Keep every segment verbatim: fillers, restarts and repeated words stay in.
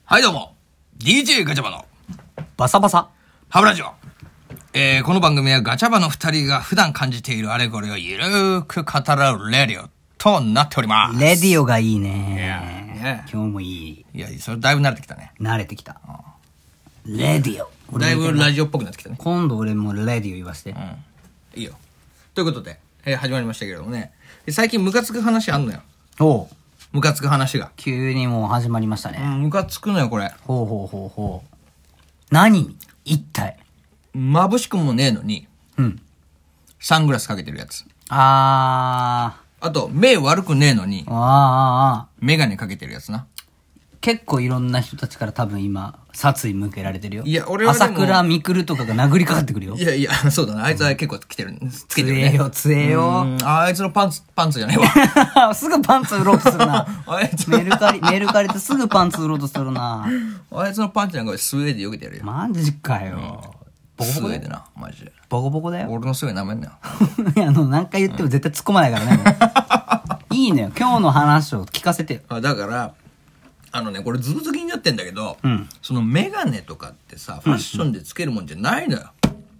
はいどうも ディージェー ガチャバのバサバサハブラジオ、えー、この番組はガチャバの二人が普段感じているあれこれをゆるーく語らうレディオとなっております。 レディオがいいね。 いやね今日もいい。 いやそれだいぶ慣れてきたね。 慣れてきた。レディオ。 だいぶラジオっぽくなってきたね。 今度俺もレディオ言わせて。 うん、いいよ。ということで、えー、始まりましたけれどもね、最近ムカつく話あんのよ。 おう。 ムカつく話が急にもう始まりましたね。 うん、ムカつくのよこれ。 ほうほうほうほう。何一体。 眩しくもねえのにうんサングラスかけてるやつ。 ああと目悪くねえのにー。あーあーあメガネかけてるやつな。 ー。結構いろんな人たちから多分今、殺意向けられてるよ。 いや俺はでも朝倉未来とかが殴りかかってくるよ。 いやいや、そうだな。あいつは結構つけてる、つけてるね。 強えよ、強えよ。 うんああいつのパンツ、パンツじゃないわ。 すぐパンツ売ろうとするな。 あいつメルカリ、メルカリってすぐパンツ売ろうとするな。 あいつのパンチなんかスウェーで避けてやるよ。 マジかよ。ボコスボコだよ。 ウェーでな、マジで。 ボコボコだよ。 俺のスウェー舐めんなよ。 あの、何回言っても絶対突っ込まないからね。いいのよ。今日の話を聞かせてよ。 あだから、あのね、これずっと気になってんだけど、 うんそのメガネとかってさ、ファッションでつけるもんじゃないのよ。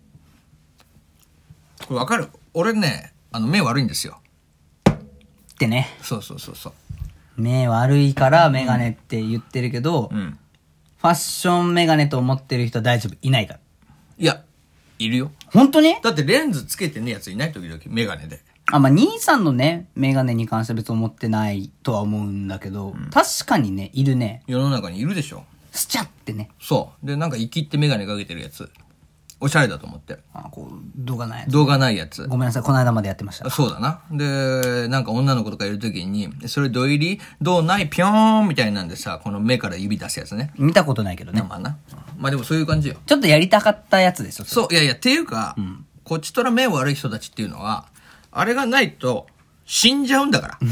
これわかる？俺ね、あの目悪いんですよ。 ってね。 そうそうそうそう。 目悪いからメガネって言ってるけど、 うん。 ファッションメガネと思ってる人は大丈夫。いないから。 いや、いるよ。 本当にだってレンズつけてねえやついない時々、メガネで。 あ、まあ、兄さんのね、メガネに関しては別に思ってないとは思うんだけど、確かにね、いるね。 世の中にいるでしょ。 スチャってね。 そう。で、なんか生きってメガネかけてるやつ。おしゃれだと思って。 あ、こう、動画ないやつ。 動画ないやつ。 ごめんなさい、この間までやってました。 そうだな。で、なんか女の子とかいるときに、それど入りどうないぴょーんみたいなんでさ、この目から指出すやつね。 見たことないけどね。 まあな。まあでもそういう感じよ。 ちょっとやりたかったやつですよ。れそう、いやいや、っていうか、こっちとら目悪い人たちっていうのは、あれがないと死んじゃうんだから。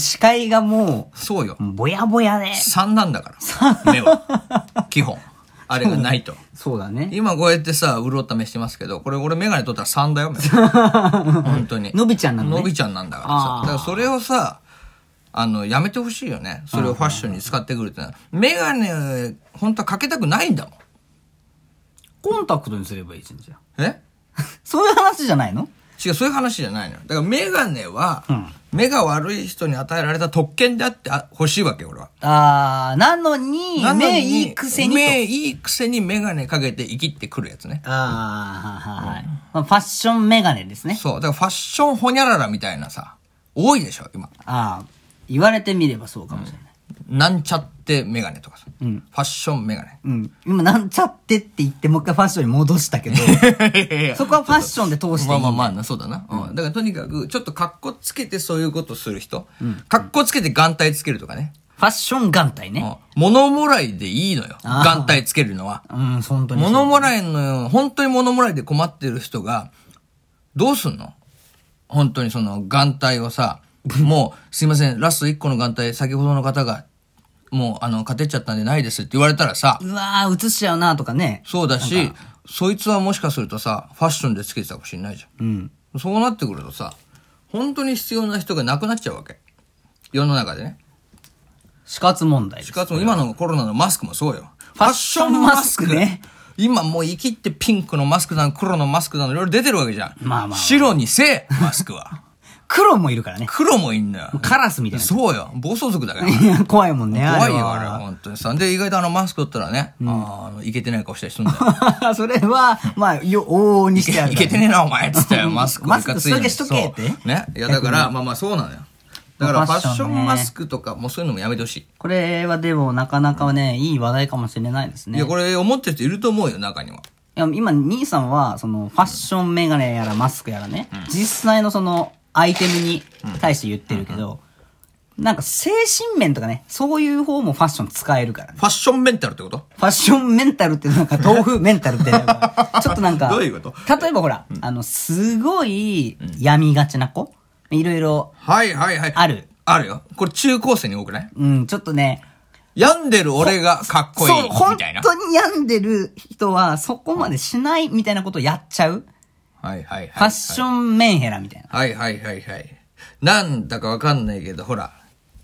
視界がもそうよ。 う、ぼやぼやで。 さんなんだから。目は。基本。あれがないと。 そうだね。 今こうやってさ、うろためしてますけど、これ俺メガネ取ったらさんだよ。本当に。 のびちゃんなのね。 のびちゃんなんだからさ。 あーだからそれをさ、あの、やめてほしいよね。それをファッションに使ってくるってのは。メガネ、本当はかけたくないんだもん。 コンタクトにすればいいじゃん、じゃあ。 えそういう話じゃないの違う、そういう話じゃないのよ。だからメガネは、 うん目が悪い人に与えられた特権であってあ欲しいわけ、俺は。 あー、なのに、 なのに目いいくせにと。 目いいくせにメガネかけて生きってくるやつね。 あー、はいはいはい。まあファッションメガネですね。 そう。だからファッションホニャララみたいなさ、多いでしょ、今。 あー、言われてみればそうかもしれない。 なんちゃってメガネとかさ。 うんファッションメガネ。 うん。今、なんちゃってって言って、もう一回ファッションに戻したけど、そこはファッションで通していい。 まあまあまあ、そうだな。うん。だからとにかく、ちょっと格好つけてそういうことする人。格好つけて眼帯つけるとかね。 ファッション眼帯ね。 うん。物もらいでいいのよ。 あー眼帯つけるのは。 うん、本当にそう。 物もらいのよ、本当に物もらいで困ってる人が、どうすんの本当にその眼帯をさ、もう、すいません、ラストいっこの眼帯、先ほどの方が、もう、あの、勝てちゃったんでないですって言われたらさ、 うわー、映しちゃうなとかね。 そうだし、そいつはもしかするとさ、ファッションでつけてたかもしれないじゃん。 うん。 そうなってくるとさ、本当に必要な人がなくなっちゃうわけ。世の中でね。 死活問題です。 しかも今のコロナのマスクもそうよ。 ファッションマスクね。 今もう生きってピンクのマスクだの、黒のマスクだの、いろいろ出てるわけじゃん。 まあまあまあ白にせえ、マスクは。 黒もいるからね。 黒もいんのよ。 カラスみたいな。 そうよ。暴走族だから。 いや、怖いもんね。 怖いよ、あれあは。本当にさ。で、意外とあのマスク取ったらね、あーあの、いけてない顔したりするんだよ。 れは。それは、まあ、よ、往々にしてあるいから。 けてねえな、お前っつってよ、マスクマスクいかついのにそれだけしとけってそうね。いや、だから、まあまあそうなのよ。だから、フファッションねァッションマスクとか、もうそういうのもやめてほしい。 これはでも、なかなかね、いい話題かもしれないですね。 いや、これ思ってる人いると思うよ、中には。 いや今、兄さんは、その、ファッションメガネやらマスクやらね、実際のその、アイテムに対して言ってるけど、なんか精神面とかね、そういう方もファッション使えるからね。 ファッションメンタルってことファッションメンタルってなんか豆腐メンタルってなんかちょっとなんか、 どういうこと例えばほら、あの、すごい病みがちな子いろいろはいはいはい。 ある。 あるよ。これ中高生に多くないうん、ちょっとね、 病んでる俺がかっこいいそう、本みたいな。 当に病んでる人はそこまでしないみたいなことをやっちゃう。 はいはいはい。 ファッションメンヘラみたいな。 はいはいはいはい。なんだかわかんないけど、ほら、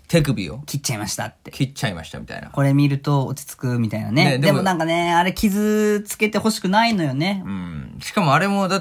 手首を切っちゃいましたって。 切っちゃいましたみたいな。 これ見ると落ち着くみたいなね。ねでも、でもなんかね、あれ傷つけてほしくないのよね。 うん。しかもあれもだって、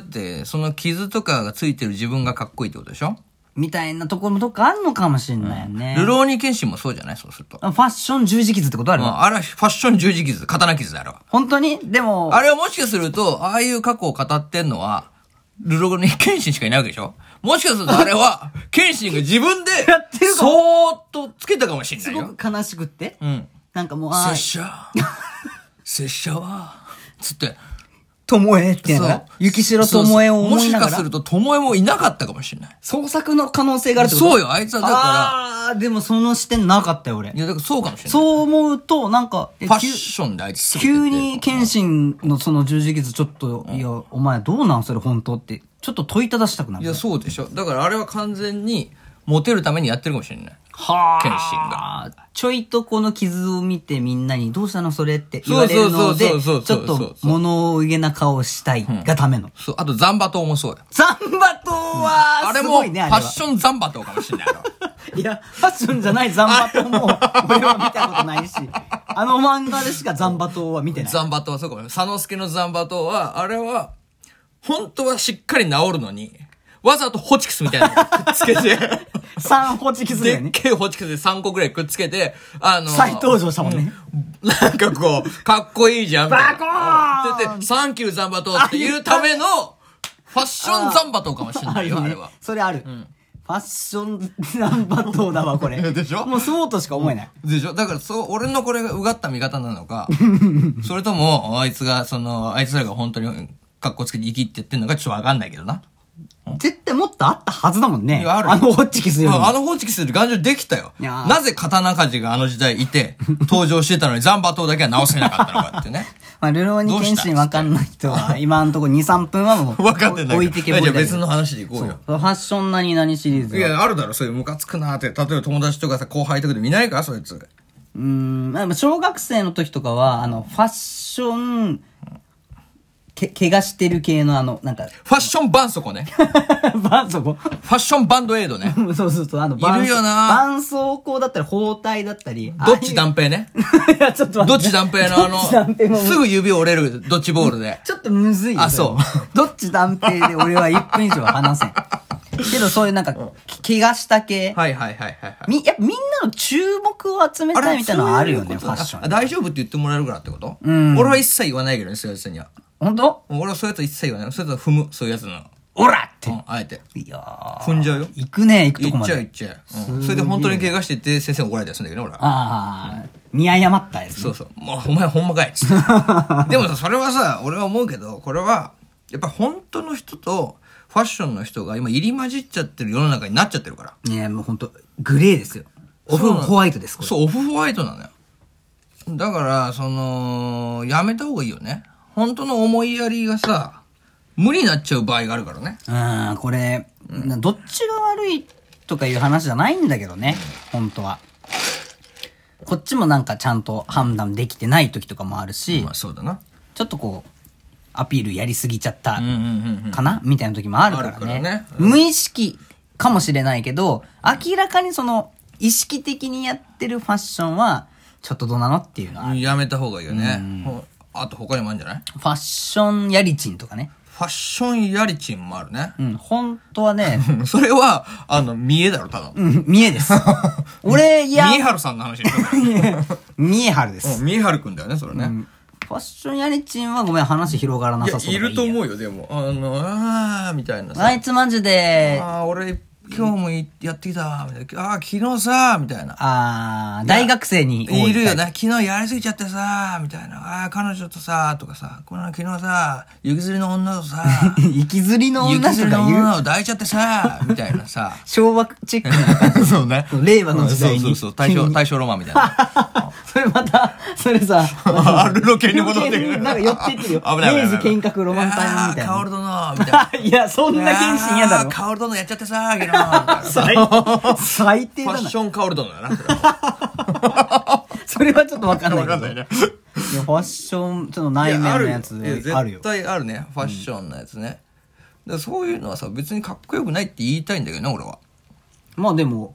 その傷とかがついてる自分がかっこいいってことでしょみたいなところもどっかあんのかもしれないよね。 うん、ルローニケンシンもそうじゃないそうすると。 ファッション十字傷ってことあるの、 うん、あれはファッション十字傷、刀傷だろ。 本当にでも。 あれはもしかすると、ああいう過去を語ってんのは、ルローニケンシンしかいないわけでしょもしかするとあれは、ケンシンが自分で、 やってるかそーっとつけたかもしれないよ。 すごく悲しくって。 うん。 なんかもう、あ拙者、拙者は、つって、 ともえっていうのが、雪城ともえを思いながら。 もしかするとともえもいなかったかもしれない。 創作の可能性があるってことそうよ、あいつはだから。 ああ、でもその視点なかったよ、俺。 いや、だからそうかもしれない。 そう思うと、なんか、 ファッションであいつ急に謙信のその十字傷ちょっと、いや、お前どうなんそれ本当って、ちょっと問いただしたくなる。 いや、そうでしょ。だからあれは完全に、モテるためにやってるかもしれない。 はあ。 謙信が。 ちょいとこの傷を見てみんなにどうしたのそれって言われるので、ちょっと物憂げな顔したいがための。 そう。あとザンバ島もそうよ。 ザンバ島は、すごいね、 あれもファッションザンバ島かもしれない。 いや、ファッションじゃないザンバ島も、俺は見たことないし、あの漫画でしかザンバ島は見てない。 ザンバ島はそうかも。佐之助のザンバ島は、あれは、本当はしっかり治るのに、わざとホチキスみたいなのくっつけて、 三ホチキスだよね。 でっけえホチキスでさんこぐらいくっつけて、あの、 再登場したもんね。 なんかこう、かっこいいじゃん。 バコーンって言って、サンキューザンバ島っていうための、ファッションザンバ島かもしれないよ、あれは。 それある。ファッションザンバ島だわ、これ。 でしょもうそうとしか思えない。 でしょだからそう、俺のこれがうがった見方なのか、それとも、あいつが、その、あいつらが本当に、かっこつけて生きって言ってんのかちょっとわかんないけどな。 絶対もっとあったはずだもんね。 いやあるあのホチキスよりも。 あのホチキスで頑丈できたよ。なぜ刀鍛冶があの時代いて、登場してたのにザンバ島だけは直せなかったのかってね。 まあ、ルローニケンシンわかんない人は、今のところに、さんぷんはもう、 分かってない。 置いてけぼりだじゃあ別の話でいこうよ。 ファッション何々シリーズ。 いや、あるだろ、そういうムカつくなーって。例えば友達とかさ、後輩とかで見ないかそいつ。 うーん、まあ、小学生の時とかは、あの、ファッション、け、怪我してる系のあの、なんか。 ファッションバンソコね。 バンソコファッションバンドエイドね。 そうそうそう、あの、 いるよな絆創膏だったり、包帯だったり。 どっち断平ね。 いや、ちょっと待って。 どっち断平のあの、すぐ指折れるドッジボールで。 ちょっとむずいよ。 あ、そう。 どっち断平で俺はいっぷん以上は話せん。けどそういうなんか、怪我した系。 はいはいはいはい。 み、やっぱみんなの注目を集めたいみたいなのはあるよね、ファッション。 大丈夫って言ってもらえるからってことうん。 俺は一切言わないけどね、そういうやつには。 本当？ 俺はそういうやつ一切言わない。そういうやつは踏む、そういうやつの。 オラって。 うん、あえて。 いやー。 踏んじゃうよ。 行くね、行くとこまで。 行っちゃう行っちゃう。うん。それで本当に怪我してて、先生に怒られたりするんだけどね、俺は。 ああ、見誤ったやつ、ね。 そうそう。もう、お前ほんまかいっつって。でもさ、それはさ、俺は思うけど、これは、やっぱ本当の人と、ファッションの人が今入り混じっちゃってる世の中になっちゃってるから。 ねえ、もう本当グレーですよ。オフホワイトです、これ。 そう、オフホワイトなのよ。だから、その、やめた方がいいよね。本当の思いやりがさ、無理になっちゃう場合があるからね。 うん、これ、うん、どっちが悪いとかいう話じゃないんだけどね、本当は。こっちもなんかちゃんと判断できてない時とかもあるし、 まあそうだな。 ちょっとこう、アピールやりすぎちゃったうんうんうんうんかなみたいな時もあるからね。 あるからね。うん無意識かもしれないけど、明らかにその、意識的にやってるファッションは、ちょっとどうなのっていうのはある。 やめた方がいいよね。ほあと他にもあるんじゃない？ ファッションやりちんとかね。 ファッションやりちんもあるね。 うん、本当はね、 それは、あの、見えだろ、ただの。 うん、三重です。俺、いや、 三重春さんの話でしょ。 三重春です。 三重春くんだよね、それね。 ファッションやりちんはごめん、話広がらないさや、 そうだいると思う。 うよ、でも。あの、あー、みたいなさ。 あいつマジで、 あー、俺、今日もいやってきたわ、みたいな。あー、昨日さ、みたいな。 あー、大学生に多い。 いるよね。昨日やりすぎちゃってさ、みたいな。あー、彼女とさ、とかさ、この昨日さ、雪吊りの女とさ、 行きずりの雪吊りの女とか言う。 女を抱いちゃってさ、みたいなさ。 昭和チックな感じ。 そうね。 令和の時代に。 そうそうそう。大正、大正ロマンみたいな。 それまた、それさ、 あルロケに戻ってくる。 なんか寄ってってるよ。 危ない危ない。 明治剣閣ロマンタイムみたいな。 カオル殿、みたいな。 いや、そんな謙信嫌だろ。 カオル殿やっちゃってさ、昨日。 最、最低だな。 ファッションカオル殿だな。 それはちょっとわかんないけど。 わかんないね。 いや、ファッション、ちょっと内面のやつあるよ。 絶対あるね。ファッションのやつね。そういうのはさ、別にかっこよくないって言いたいんだけどね、俺は。 まあでも、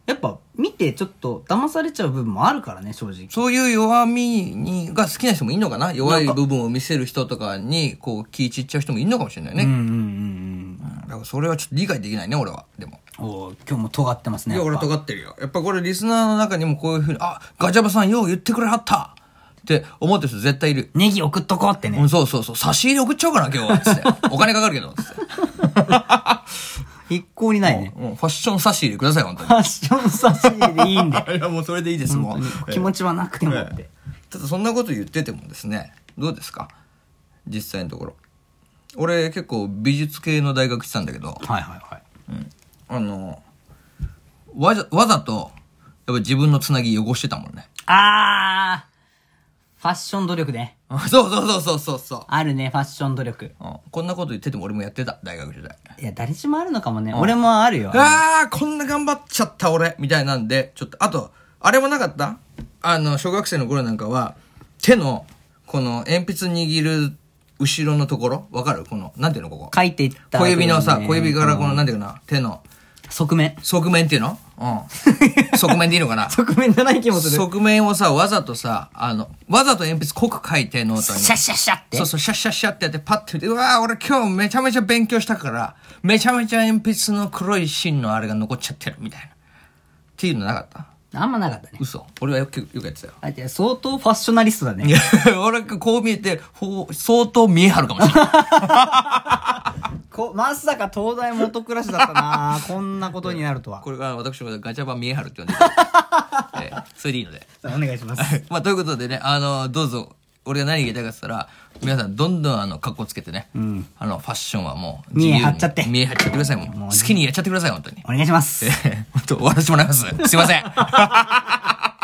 やっぱ見てちょっと騙されちゃう部分もあるからね、正直。 そういう弱みにが好きな人もいるのかな。弱い部分を見せる人とかに、こう、気散っちゃう人もいるのかもしれないね。 うんうんうんうん。 だからそれはちょっと理解できないね、俺は。でも。 おー今日も尖ってますね。 いや、俺尖ってるよ。やっぱこれリスナーの中にもこういうふうに、あ、ガチャバさんよう言ってくれはったって思ってる人絶対いる。 ネギ送っとこうってね。 うん、そうそうそう。差し入れ送っちゃおうかな、今日は。つって。お金かかるけど、つって。 一向にないね。 もうファッション差し入れください、本当に。 ファッション差し入れでいいんで。 いや、もうそれでいいです、もう。 気持ちはなくてもって。 ただそんなこと言っててもですね、どうですか実際のところ。俺結構美術系の大学行ってたんだけど、 はいはいはい。 うん、あの、わざ、わざと、やっぱ自分のつなぎ汚してたもんね。 あーファッション努力ね。 そうそうそうそうそうそう。 あるね、ファッション努力。 うん、こんなこと言ってても俺もやってた、大学時代。 いや、誰しもあるのかもね。俺もあるよ。 ああ、こんな頑張っちゃった俺みたいなんで、ちょっと、あと、あれもなかったあの、小学生の頃なんかは、手の、この鉛筆握る後ろのところわかるこの、なんていうのここ。 書いていった、 小指のさ、小指からこの、なんていうかな、手の。 側面。 側面っていうのうん。側面でいいのかな側面じゃない気もする。 側面をさ、わざとさ、あの、わざと鉛筆濃く書いてノートに。 シャッシャッシャッって。 そうそう、シャッシャッシャッってやってパッて見て、うわー俺今日めちゃめちゃ勉強したから、めちゃめちゃ鉛筆の黒い芯のあれが残っちゃってるみたいな。っていうのなかったあんまなかったね。 嘘。俺はよく、よくやってたよ。 あ、じゃあ相当ファッショナリストだね。 いや、俺こう見えて、ほう相当見えはるかもしれない。 こまさか東大元暮らしだったなこんなことになるとは。 これが私もガチャバン見えはるって呼んでる。えー、それでいいので。 お願いします。 まあ、ということでね、あの、どうぞ、俺が何言いたいかって言ったら、皆さんどんどんあの、格好つけてね、うん、あの、ファッションはもう、 見え張っちゃって。 見え張っちゃってください、もう。もう好きにやっちゃってください、本当に。 お願いします。 えー、本当終わらせてもらいます。すいません。